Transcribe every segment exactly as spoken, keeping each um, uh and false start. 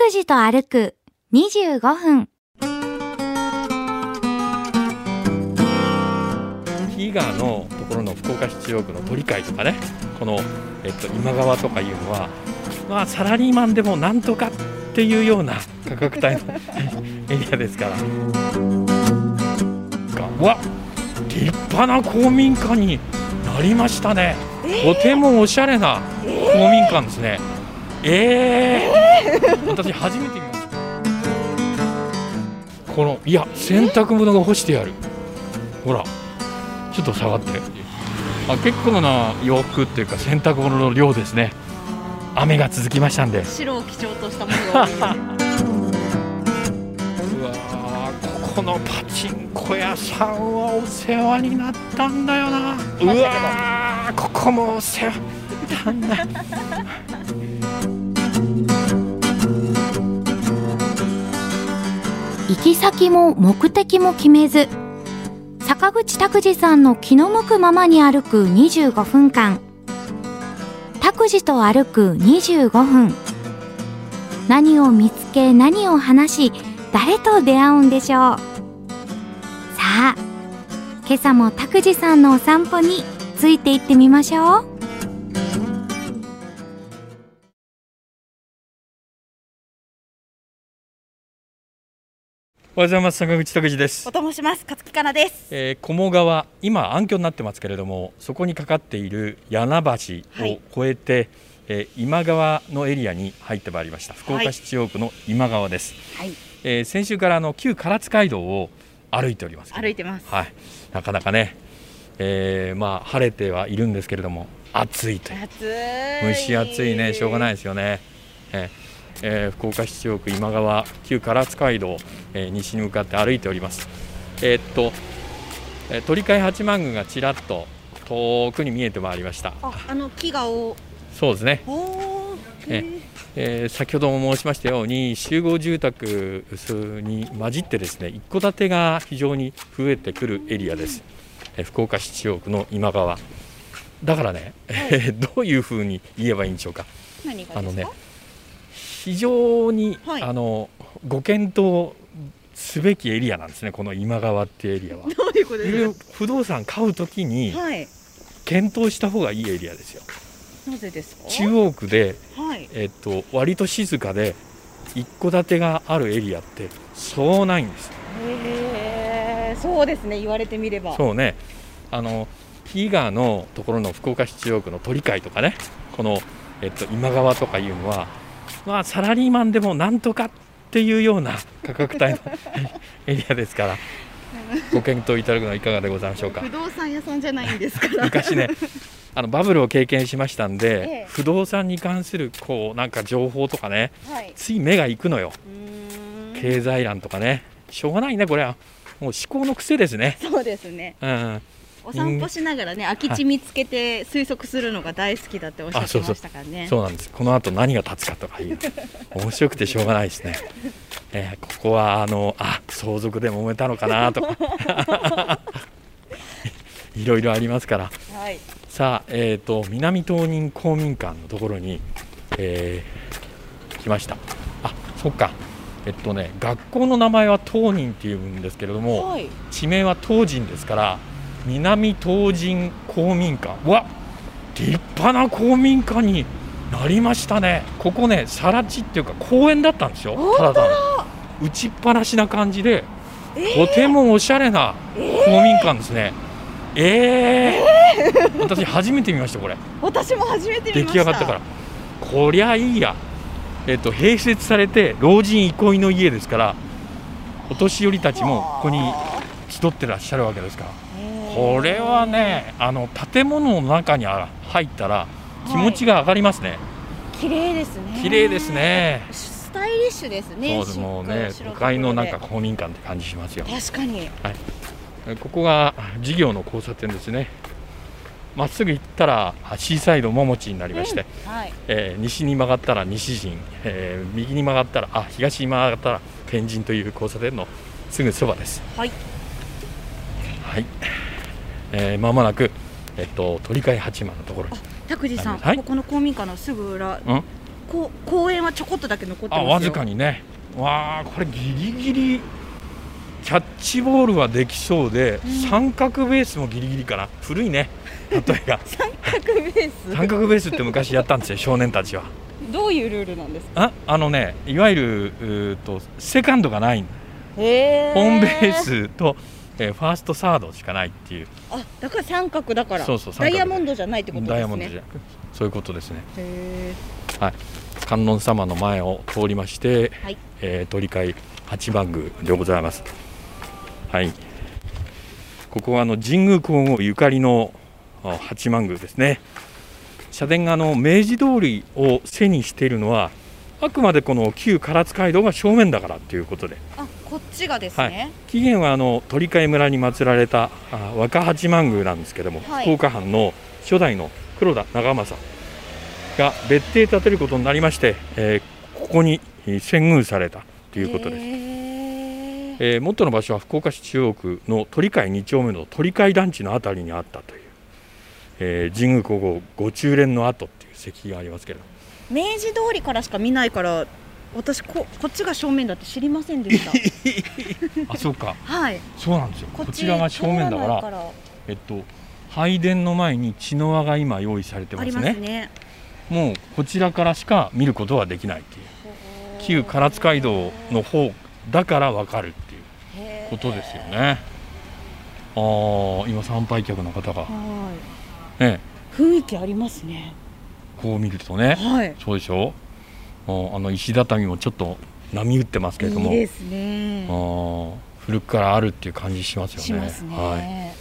拓司と歩くにじゅうごふん。 比嘉のところの福岡市中央区の鳥飼とかね、この、えっと、今川とかいうのは、まあ、サラリーマンでもなんとかっていうような価格帯のエリアですから。うわ、立派な公民館になりましたね。とてもおしゃれな公民館ですね。えー、えー、私初めて見ました。このいや洗濯物が干してある。ほらちょっと下がって、あ、結構な洋服っていうか洗濯物の量ですね。雨が続きましたんで白を基調としたものが多いですうわー、ここのパチンコ屋さんはお世話になったんだよな。うわー、ここもお世話だんだ行き先も目的も決めず、坂口拓司さんの気の向くままに歩くにじゅうごふんかん。拓司と歩くにじゅうごふん。何を見つけ、何を話し、誰と出会うんでしょう。さあ、今朝も拓司さんのお散歩についていってみましょう。 おはようございます。坂口拓司です。 と申します。勝木かなです。 えー、鴨川、今暗渠になってますけれども、そこにかかっている柳橋を越えて、はい、えー、今川のエリアに入ってまいりました。福岡市中央区の今川です。はい、えー、先週からあの旧唐津街道を歩いております。 歩いてます。 はい、なかなかね、えー、まあ晴れてはいるんですけれども、暑いという。 暑い。 蒸し暑いね、しょうがないですよね。えーえー、福岡市中央区今川旧唐津街道、えー、西に向かって歩いております。えー、っと、えー、鳥飼八幡宮がちらっと遠くに見えてまいりました。 あ、あの木がおそうですね。 おえーえー、先ほども申しましたように集合住宅に混じってですね、一戸建てが非常に増えてくるエリアです。えー、福岡市中央区の今川だからね、はい、えー、どういうふうに言えばいいんでしょうか。 何がですか。 あのね、非常に、はい、あのご検討すべきエリアなんですね、この今川っていうエリアは。 どういうことですか。 不動産買うときに検討した方がいいエリアですよ。 なぜですか。 中央区で、 はい、 えっと、割と静かで一戸建てがあるエリアってそうないんです。 へー、そうですね、言われてみれば。 そうね、あの比嘉のところの福岡市中央区の鳥飼とかね、この、えっと、今川とかいうのは、まあ、サラリーマンでもなんとかっていうような価格帯のエリアですからご検討いただくのはいかがでございましょうか。 不動産屋さんじゃないんですから昔ね、あのバブルを経験しましたんで、 ええ、 不動産に関するこうなんか情報とかね、はい、つい目が行くのよ。うーん、経済欄とかね、しょうがないね、これはもう思考の癖ですね。 そうですね、 うん、 お散歩しながらね、空き地見つけて推測するのが大好きだっておっしゃってましたからね。 そうなんです。この後何が立つかとかいう面白くてしょうがないですね。えー、ここはあのあ相続で揉めたのかなとかいろいろありますから、はい、さあ、えーと、南東任公民館のところに、えー、来ました。あ、そっか、えっとね、学校の名前は当人っていうんですけれども、はい、地名は当人ですから南東任公民館。うわ、立派な公民館になりましたね。ここね、更地っていうか公園だったんですよ。ただただ打ちっぱなしな感じで、えー、とてもおしゃれな公民館ですね。えーえー、私初めて見ました。これ私も初めて見ました。 出来上がったから、こりゃいいや。えっと、併設されて老人憩いの家ですから、お年寄りたちもここに集ってらっしゃるわけですから、これはね、あの建物の中に入ったら気持ちが上がりますね。 綺麗ですね。 綺麗ですね。 スタイリッシュですね。 そうです。もうね、都会のなんか公民館って感じしますよ。 確かに、 はい、ここが事業の交差点ですね。まっすぐ行ったらシーサイドももちになりまして、うん、はい、えー、西に曲がったら西陣、えー、右に曲がったらあ東に曲がったら天神という交差点のすぐそばです。はい、はい、えー、間もなく、えっと、鳥飼八幡のところに。 拓司さん、 はい、 ここの公民館のすぐ裏、 うん、 こう公園はちょこっとだけ残ってますよ。 あ、わずかにね。わあ、これギリギリキャッチボールはできそうで、うん、三角ベースもギリギリかな。古いね、例えが三角ベース三角ベースって昔やったんですよ、少年たちは。 どういうルールなんですか？ あ、あのね、いわゆるうーとセカンドがない。 へー、 ホームベースと、えー、ファーストサードしかないっていう。 あ、だから三角だから。 そうそう、 ダイヤモンドじゃないってことですね。 ダイヤモンドじゃそういうことですね。 へー、はい、観音様の前を通りまして、 はい、 えー、鳥飼八幡宮でございます。はい、ここはあの神宮皇后ゆかりの八幡宮ですね。社殿があの明治通りを背にしているのはあくまでこの旧唐津街道が正面だからということで。 あ、こっちがですね。はい、 起源はあの鳥飼村に祀られたあ若八幡宮なんですけども、はい、福岡藩の初代の黒田長政が別邸建てることになりまして、えー、ここに遷宮されたということです。えー、元の場所は福岡市中央区の鳥飼に丁目の鳥飼団地のあたりにあったという、えー、神宮皇后ご中連の跡っていう石碑がありますけど、 明治通りからしか見ないから私 こ, こっちが正面だって知りませんでしたあ、そうか、 はい、 そうなんですよ。こちらが正面だから、からえっと、拝殿の前に茅の輪が今用意されてます ね, ありますね。 もうこちらからしか見ることはできないっていう、旧唐津街道の方だから分かるっていうことですよね。ああ、今参拝客の方が、はい、ね、 雰囲気ありますね。 こう見るとね、 はい、 そうでしょ。あの石畳もちょっと波打ってますけれども、 いいですね。 あ、古くからあるっていう感じしますよね。 しますね。はい、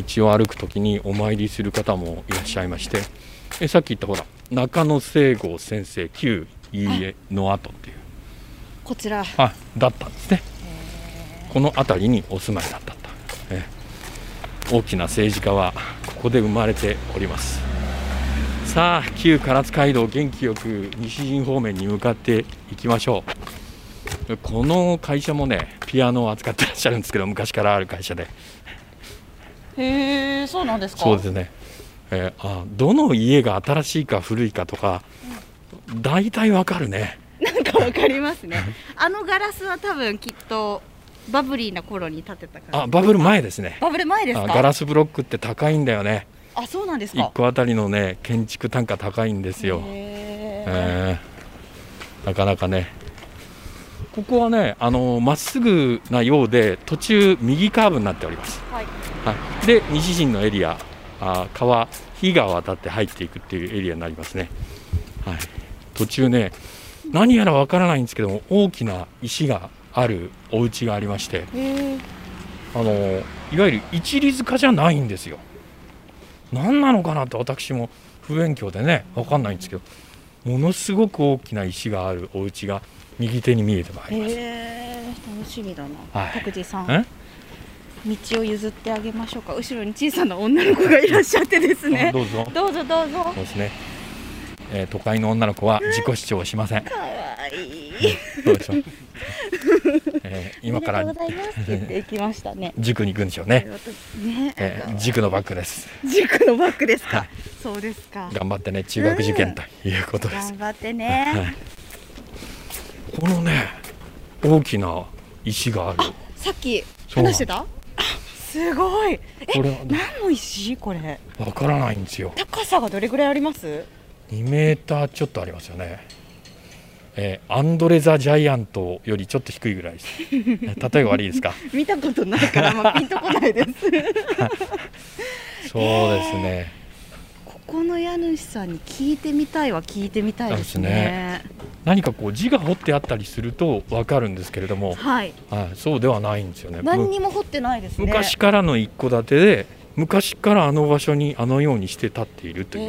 道を歩くときにお参りする方もいらっしゃいまして、えさっき言ったほら中野聖郷先生旧家の跡っていう、 こちらあだったんですね。この辺りにお住まいだったと。え大きな政治家はここで生まれております。さあ、旧唐津街道元気よく西陣方面に向かっていきましょう。この会社もね、ピアノを扱ってらっしゃるんですけど、昔からある会社で。 へえ、そうなんですか。 そうですね。えー、あどの家が新しいか古いかとか、うん、大体わかるね。 なんかわかりますね。あのガラスは多分きっとバブリーな頃に建てたから。 あ、バブル前ですね。 バブル前ですか。 ガラスブロックって高いんだよね。 あ、そうなんですか。いっこあたりのね、建築単価高いんですよ。へえー、なかなかね。ここはね、あのまっすぐなようで途中右カーブになっております。はいはい、で西陣のエリア、あ川比嘉を渡って入っていくっていうエリアになりますね。はい、途中ね、何やらわからないんですけども、大きな石があるお家がありまして、あのいわゆる一里塚じゃないんですよ。何なのかなと私も不勉強でね分かんないんですけど、ものすごく大きな石があるお家が右手に見えてまいります。 へー、楽しみだな。 はい、 拓司さん、道を譲ってあげましょうか。後ろに小さな女の子がいらっしゃってですね。 どうぞどうぞどうぞ。 そうですね、えー、都会の女の子は自己主張しません。 かわいい。 どうでしょう。えー、今から行きましたね。 塾に行くんでしょうね。 ね、 えー、塾のバッグです。 塾のバッグですか。はい、そうですか。 頑張ってね、中学受験ということです。 頑張ってね。はい、 このね、大きな石がある。 あ、さっき話してた。すごい。え、これは何の石これ。 わからないんですよ。 高さがどれぐらいあります？ にメーターちょっとありますよね。えー、アンドレ・ザ・ジャイアントよりちょっと低いぐらいです。例えば悪いですか。 見たことないからまあピンとこないです。 そうですね、 ここの家主さんに聞いてみたいは聞いてみたいですね。 何かこう字が彫ってあったりすると分かるんですけれども、 はい、 はい、そうではないんですよね。 何にも彫ってないですね。 昔からの一戸建てで、昔からあの場所にあのようにして建っているという。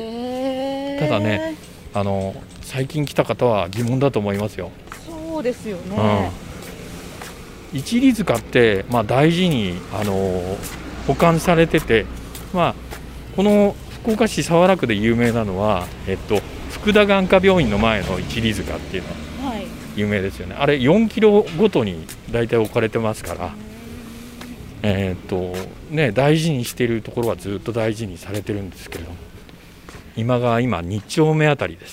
ただね、あの最近来た方は疑問だと思いますよ。 そうですよね。 うん、一里塚って、まあ、大事にあの保管されてて、まあ、この福岡市早良区で有名なのは、えっと、福田眼科病院の前の一里塚っていうのは有名ですよね。はい、あれよんキロごとに大体置かれてますから、えーっとね、大事にしているところはずっと大事にされてるんですけれども、今が今に丁目あたりです。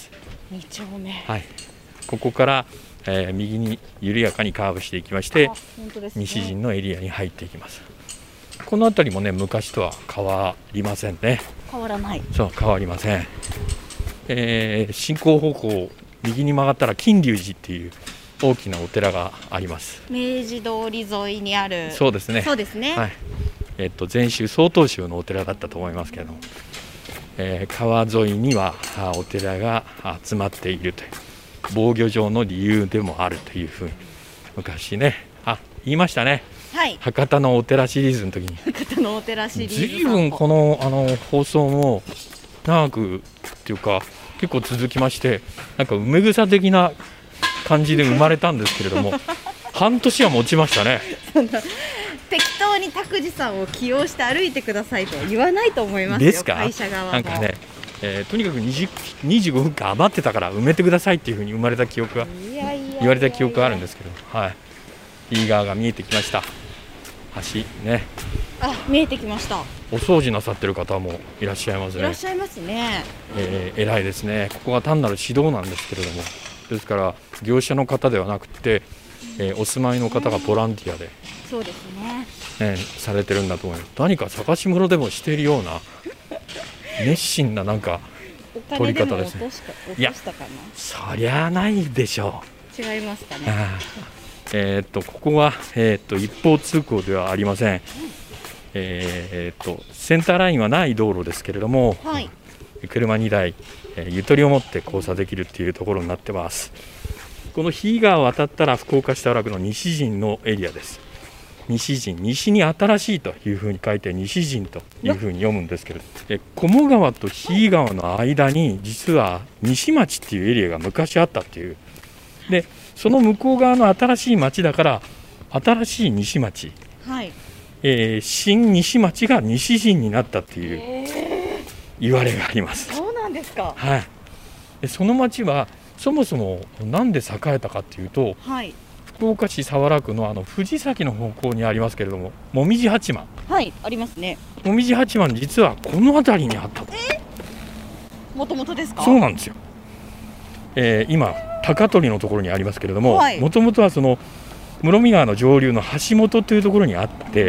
に丁目、 はい、ここから、えー、右に緩やかにカーブしていきまして、 本当ですね、 西陣のエリアに入っていきます。この辺りもね昔とは変わりませんね。 変わらない。 そう変わりません。えー、進行方向右に曲がったら金龍寺っていう大きなお寺があります。 明治通り沿いにある。 そうですね。 そうですね。 はい。えっと禅宗曹洞宗のお寺だったと思いますけれども、えー、川沿いにはお寺が集まっているという防御上の理由でもあるというふうに昔ねあ言いましたね。 はい、 博多のお寺シリーズの時に博多のお寺シリーズずいぶんこのあの放送も長くっていうか結構続きまして、なんか梅草的な感じで生まれたんですけれども半年は持ちましたね。 そんな適当に拓司さんを起用して歩いてくださいとは言わないと思いますよ。 ですか。 会社側もなんかね、えー、とにかくにじゅう、にじゅうごふんかん余ってたから埋めてくださいっていうふうに生まれた記憶が言われた記憶があるんですけど、はい、いい川が見えてきました。橋ね。 あ、見えてきました。 お掃除なさってる方もいらっしゃいますね。 いらっしゃいますね。 えー、偉いですね。ここは単なる指導なんですけれども、ですから業者の方ではなくて、えー、お住まいの方がボランティアで、 そうですね、 ね、されてるんだと思います。何か探し物でもしているような熱心ななんか取り方ですね。いや、そりゃないでしょう。違いますかね。 あえー、っとここは、えー、っと一方通行ではありません。えー、っとセンターラインはない道路ですけれども、 はい、 車にだい、えー、ゆとりを持って交差できるっていうところになってます。この日井川を渡ったら福岡市田原区の西陣のエリアです。西陣、西に新しいというふうに書いて西陣というふうに読むんですけど、え菰川と日井川の間に実は西町っていうエリアが昔あったっていう。でその向こう側の新しい町だから新しい西町、 はい、 えー、新西町が西陣になったっていう言われがあります。 そうなんですか。 はい、でその町はそもそもなんで栄えたかっていうと、 はい、 福岡市早良区のあの藤崎の方向にありますけれども、もみじ八幡、 はい、ありますね。 もみじ八幡実はこの辺りにあったと。 えー、もともとですか。 そうなんですよ。えー、今高取のところにありますけれども、もともとはその室見川の上流の橋本というところにあって、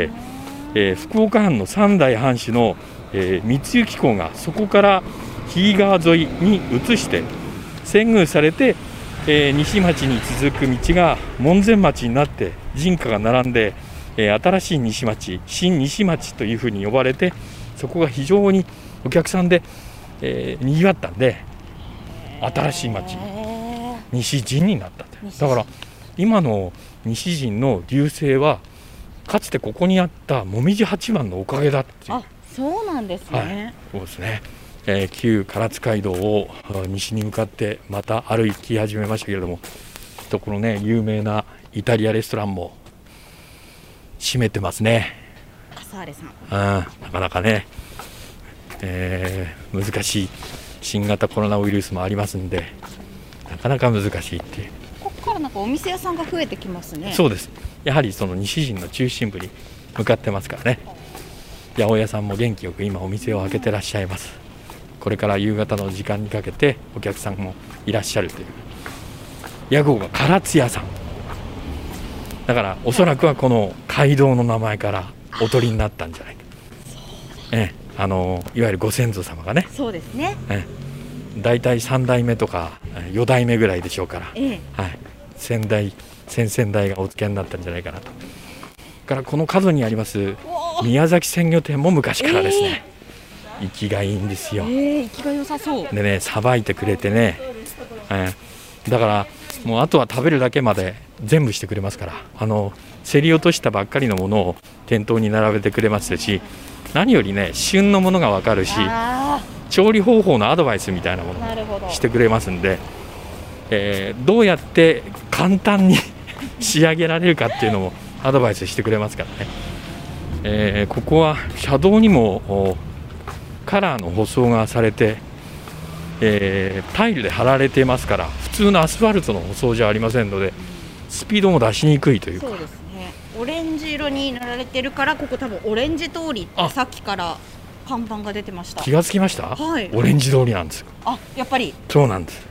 えー、福岡藩の三代藩主の、えー、光行公がそこから日井川沿いに移して遷宮されて、えー、西町に続く道が門前町になって人家が並んで、えー、新しい西町、新西町というふうに呼ばれて、そこが非常にお客さんで、えー、にぎわったんで新しい町西陣になった。だから今の西陣の隆盛はかつてここにあったもみじ八幡のおかげだっていう。 あ、そうなんですね。 はい、そうですね。えー、旧唐津街道を西に向かってまた歩き始めましたけれども、ところね有名なイタリアレストランも閉めてますね。 カサーレさん。 あなかなかね、えー、難しい新型コロナウイルスもありますんで、なかなか難しいっていう。 ここからなんかお店屋さんが増えてきますね。 そうです。やはりその西陣の中心部に向かってますからね。八百屋さんも元気よく今お店を開けてらっしゃいます。これから夕方の時間にかけてお客さんもいらっしゃるという。屋号が唐津屋さんだから、おそらくはこの街道の名前からお取りになったんじゃないか。ええ、あのいわゆるご先祖様がね。 そうですね。 ええ、だいたいさん代目とかよ代目ぐらいでしょうから、 ええ、 はい、先代先々代がお付けになったんじゃないかなと。からこの角にあります宮崎鮮魚店も昔からですね、えー、生きがいいんですよ。 えー、生きが良さそうでね、さばいてくれてね、えー、だからもうあとは食べるだけまで全部してくれますから、あの競り落としたばっかりのものを店頭に並べてくれますし、何よりね旬のものが分かるし、調理方法のアドバイスみたいなものをしてくれますんで、えー、どうやって簡単に仕上げられるかっていうのもアドバイスしてくれますからね。えー、ここは車道にもカラーの舗装がされて、えー、タイルで貼られていますから、普通のアスファルトの舗装じゃありませんのでスピードも出しにくいというか。 そうですね。オレンジ色に塗られてるから、ここ多分オレンジ通りってさっきから看板が出てました。 気がつきました？ はい、 オレンジ通りなんですよ。 あ、やっぱりそうなんです。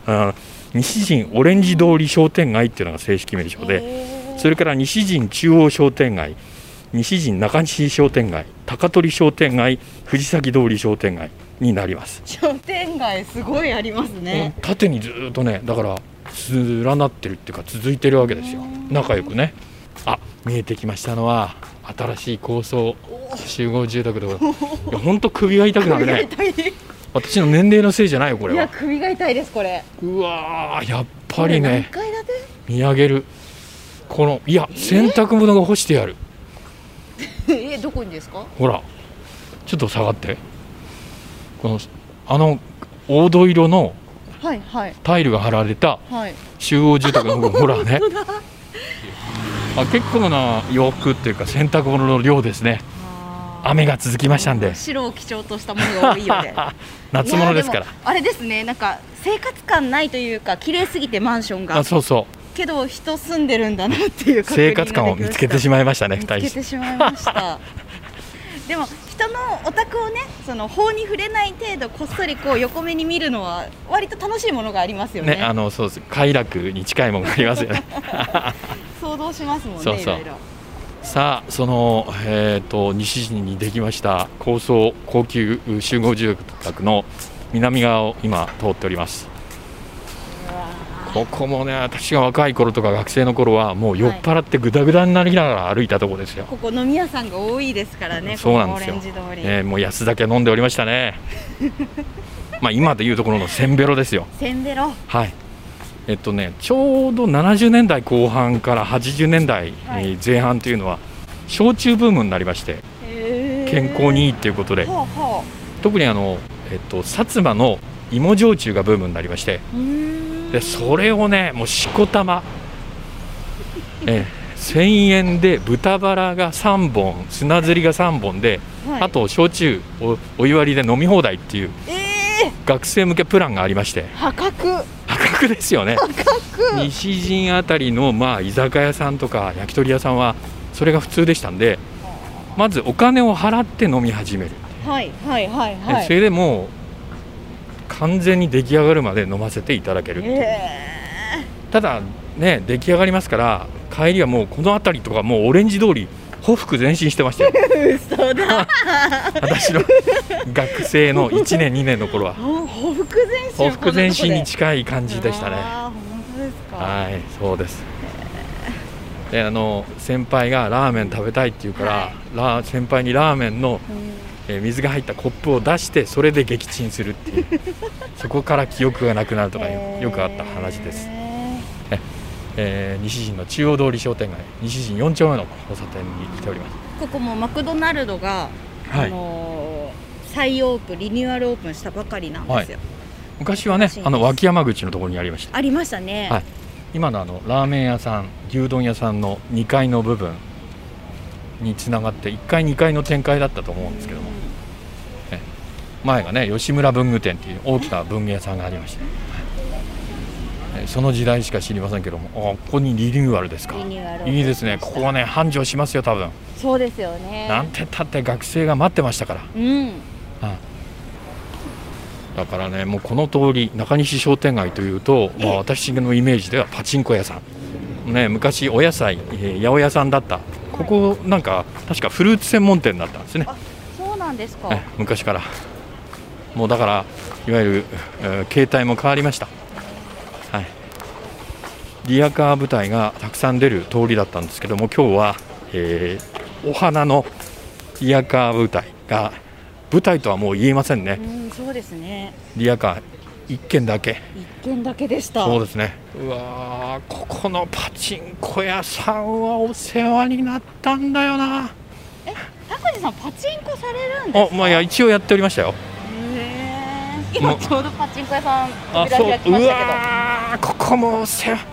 あ西陣オレンジ通り商店街っていうのが正式名称で、それから西陣中央商店街、西陣中西商店街、高取商店街、藤崎通り商店街になります。 商店街すごいありますね。 縦にずっとね、だから連なってるっていうか続いてるわけですよ、仲良くね。あ、見えてきましたのは新しい高層集合住宅で、本当首が痛くなるね。私の年齢のせいじゃないよこれは。 いや首が痛いですこれ。 うわー、やっぱりね、 何階建て？ 見上げるこの、いや洗濯物が干してある。 えー、どこにですか？ ほらちょっと下がって、このあの黄土色のタイルが張られた集合住宅のほらねあ、結構な洋服っていうか洗濯物の量ですね。雨が続きましたんで、 白を基調としたものが多いようで夏物ですから。 あれですね、なんか生活感ないというか綺麗すぎてマンションが。 あ、そうそうけど人住んでるんだなっていう生活感を見つけてしまいましたね。 見つけてしまいましたでも人のお宅をね、その法に触れない程度こっそりこう横目に見るのは割と楽しいものがありますよね。 ね、あのそうです、快楽に近いものがありますよね想像しますもんね。 そうそう、 いろいろ。 さあその、えー、と西陣にできました高層高級集合住宅の南側を今通っております。ここもね、私が若い頃とか学生の頃はもう酔っ払ってぐだぐだになりながら歩いたところですよ、 はい、ここ飲み屋さんが多いですからね。 そうなんですよ、 このオレンジ通り、 えー、もう安酒飲んでおりましたねまあ今でいうところのせんべろですよ。 せんべろ、 はい、えっとね、ちょうどななじゅうねんだいこう半からはちじゅうねんだいぜん半というのは焼酎ブームになりまして、健康にいいっていうことで、はあはあ、特にあの、えっと、薩摩の芋焼酎がブームになりまして、でそれをね、もうしこたま、えせんえんで豚バラがさんぼん、砂ずりがさんぼんで、はい、あと焼酎 お, お湯割りで飲み放題っていう、えー、学生向けプランがありまして、 破格破格ですよね。 破格。 西陣あたりの、まあ、居酒屋さんとか焼き鳥屋さんはそれが普通でしたんで、まずお金を払って飲み始める。 はいはいはいはい。 それでもう完全に出来上がるまで飲ませていただけるっていう、えー、ただね、出来上がりますから帰りはもうこの辺りとかもうオレンジ通りほふく前進してましたよ嘘だ私の学生のいちねんにねんの頃はほふく前進、 ほふく前進に近い感じでしたね。 あ、本当ですか。 はい、そうです。で、あの先輩がラーメン食べたいって言うから、はい、ラ先輩にラーメンの、うん、え水が入ったコップを出してそれで撃沈するっていうそこから記憶がなくなるとかいうよくあった話です。ええー、西陣の中央通り商店街、西陣よん丁目の交差点に来ております。 ここもマクドナルドが、はい、あのー、再オープンリニューアルオープンしたばかりなんですよ、はい、 昔はね、あの脇山口のところにありました。 ありましたね、はい、 今のあのラーメン屋さん、牛丼屋さんのにかいの部分につながっていっかいにかいの展開だったと思うんですけども、うん、え前がね吉村文具店っていう大きな文具屋さんがありまして、その時代しか知りませんけども、あ、ここにリニューアルですか。いいですね。ここはね繁盛しますよ多分。 そうですよね。 なんてったって学生が待ってましたから、うん、あだからね、もうこの通り中西商店街というと、まあ、私のイメージではパチンコ屋さん、ね、昔お野菜、えー、八百屋さんだった。ここなんか確かフルーツ専門店だったんですね。 あ、そうなんですか。 ね、昔からもうだからいわゆる、えー、形態も変わりました。はい、リアカー部隊がたくさん出る通りだったんですけども、今日は、えー、お花のリアカー部隊が、部隊とはもう言えませんね。 うん、そうですね。 リアカーいっけんだけ。 いっけんだけでした。 そうですね。うわー、ここのパチンコ屋さんはお世話になったんだよな。 え、拓司さんパチンコされるんですか？ あ、まあ、いや一応やっておりましたよ。 今ちょうどパチンコ屋さん扉開きましたけど、うわここも世話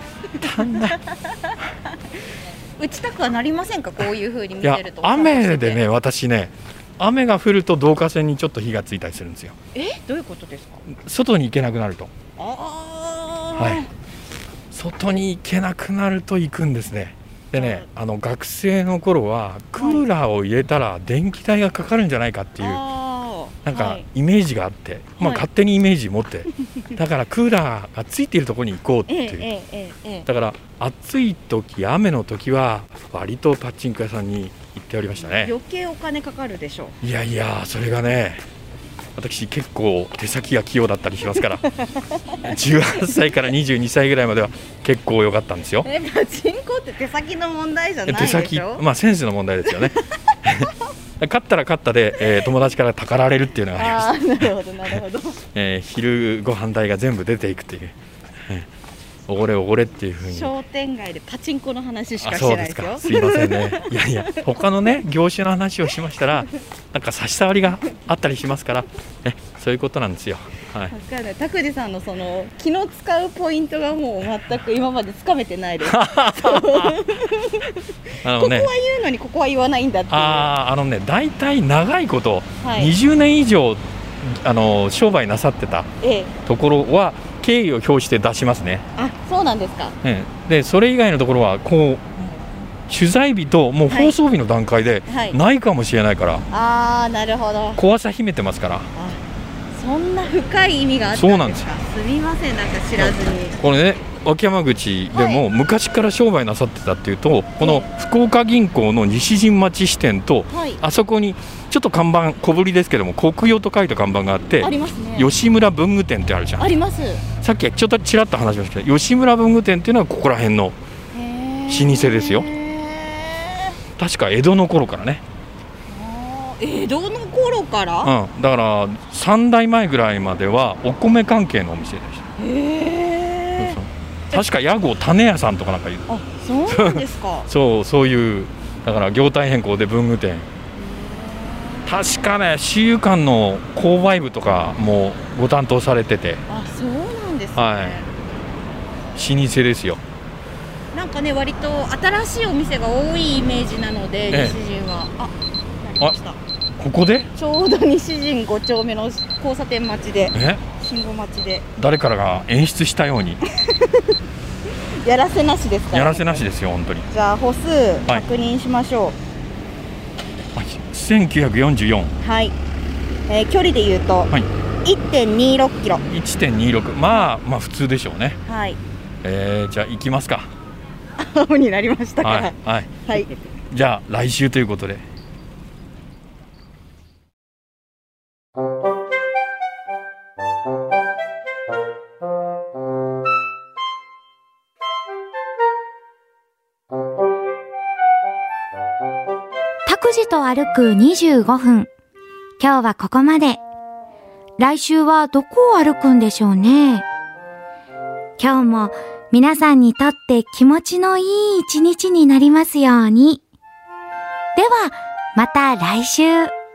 打ちたくはなりませんか？こういう風に見てると。 いや、雨でね、私ね、雨が降ると導火線にちょっと火がついたりするんですよ。 え、どういうことですか？ 外に行けなくなると。 あ、 はい、外に行けなくなると行くんですね。でね、あの学生の頃はクーラーを入れたら電気代がかかるんじゃないかっていう、 なんかイメージがあって、はい、まあ、勝手にイメージ持って、はい、だからクーラーがついているところに行こうっていう、ええええ、だから暑い時雨の時は割とパチンコ屋さんに行っておりましたね。 余計お金かかるでしょう。 いやいや、それがね、私結構手先が器用だったりしますからじゅうはっさいからにじゅうにさいぐらいまでは結構良かったんですよ。 え、パチンコって手先の問題じゃないでしょ。手先、 まあセンスの問題ですよね勝ったら勝ったで、えー、友達からたかられるっていうのがありました。 なるほどなるほど、 えー、昼ご飯代が全部出ていくっていう、えーおごれおごれっていう風に。 商店街でパチンコの話しかしてないですよ。 そうですか、すいませんね。いやいや、他のね業種の話をしましたらなんか差し障りがあったりしますから、えそういうことなんですよ。はい。 分かる。拓司さんのその気の使うポイントがもう全く今までつかめてないです。あの、ね、ここは言うのにここは言わないんだっていう。 ああのね、大体長いこと、はい、にじゅうねん以上あの商売なさってたところは、ええ、敬意を表して出しますね。 あ、そうなんですか。 ええ、でそれ以外のところはこう取材日ともう放送日の段階でないかもしれないから、はいはい、 ああ、なるほど。 怖さ秘めてますから。あ、 そんな深い意味があったんですか。そうなんですよ。すみません、なんか知らずに。 これね、秋山口でも昔から商売なさってたっていうと、はい、この福岡銀行の西陣町支店と、はい、あそこにちょっと看板小ぶりですけども国用と書いた看板があって、 ありますね。 吉村文具店ってあるじゃん。 あります。 さっきちょっとちらっと話しましたけど、吉村文具店っていうのはここら辺の老舗ですよ。確か江戸の頃からね。 江戸の頃から、 うん、だからさんだいまえぐらいまではお米関係のお店でした。 へー。 そうそう、確か屋号種屋さんとかなんかいう。 あ、そうなんですか。 そう、そういうだから業態変更で文具店、確かね、私有館の購買部とかもご担当されてて。 あ、そうなんですね。 はい、老舗ですよ。 なんかね、割と新しいお店が多いイメージなので、ええ、西陣は。あ、なりました。 ここでちょうど西陣ご丁目の交差点待ちで、 え信号待ちで誰からが演出したようにやらせなしですから、ね、 やらせなしですよ、本当に。 じゃあ歩数確認しましょう。 はい、せんきゅうひゃくよんじゅうよん。はい、 えー、距離でいうと、はい、いってんにろくキロ。 いってんにろく、まあまあ普通でしょうね。 はい、 えー、じゃあ行きますか。 青になりましたか。はい、 はいはい、じゃあ来週ということで。 拓司と歩くにじゅうごふん。今日はここまで。来週はどこを歩くんでしょうね。今日も皆さんにとって気持ちのいい一日になりますように。では、また来週。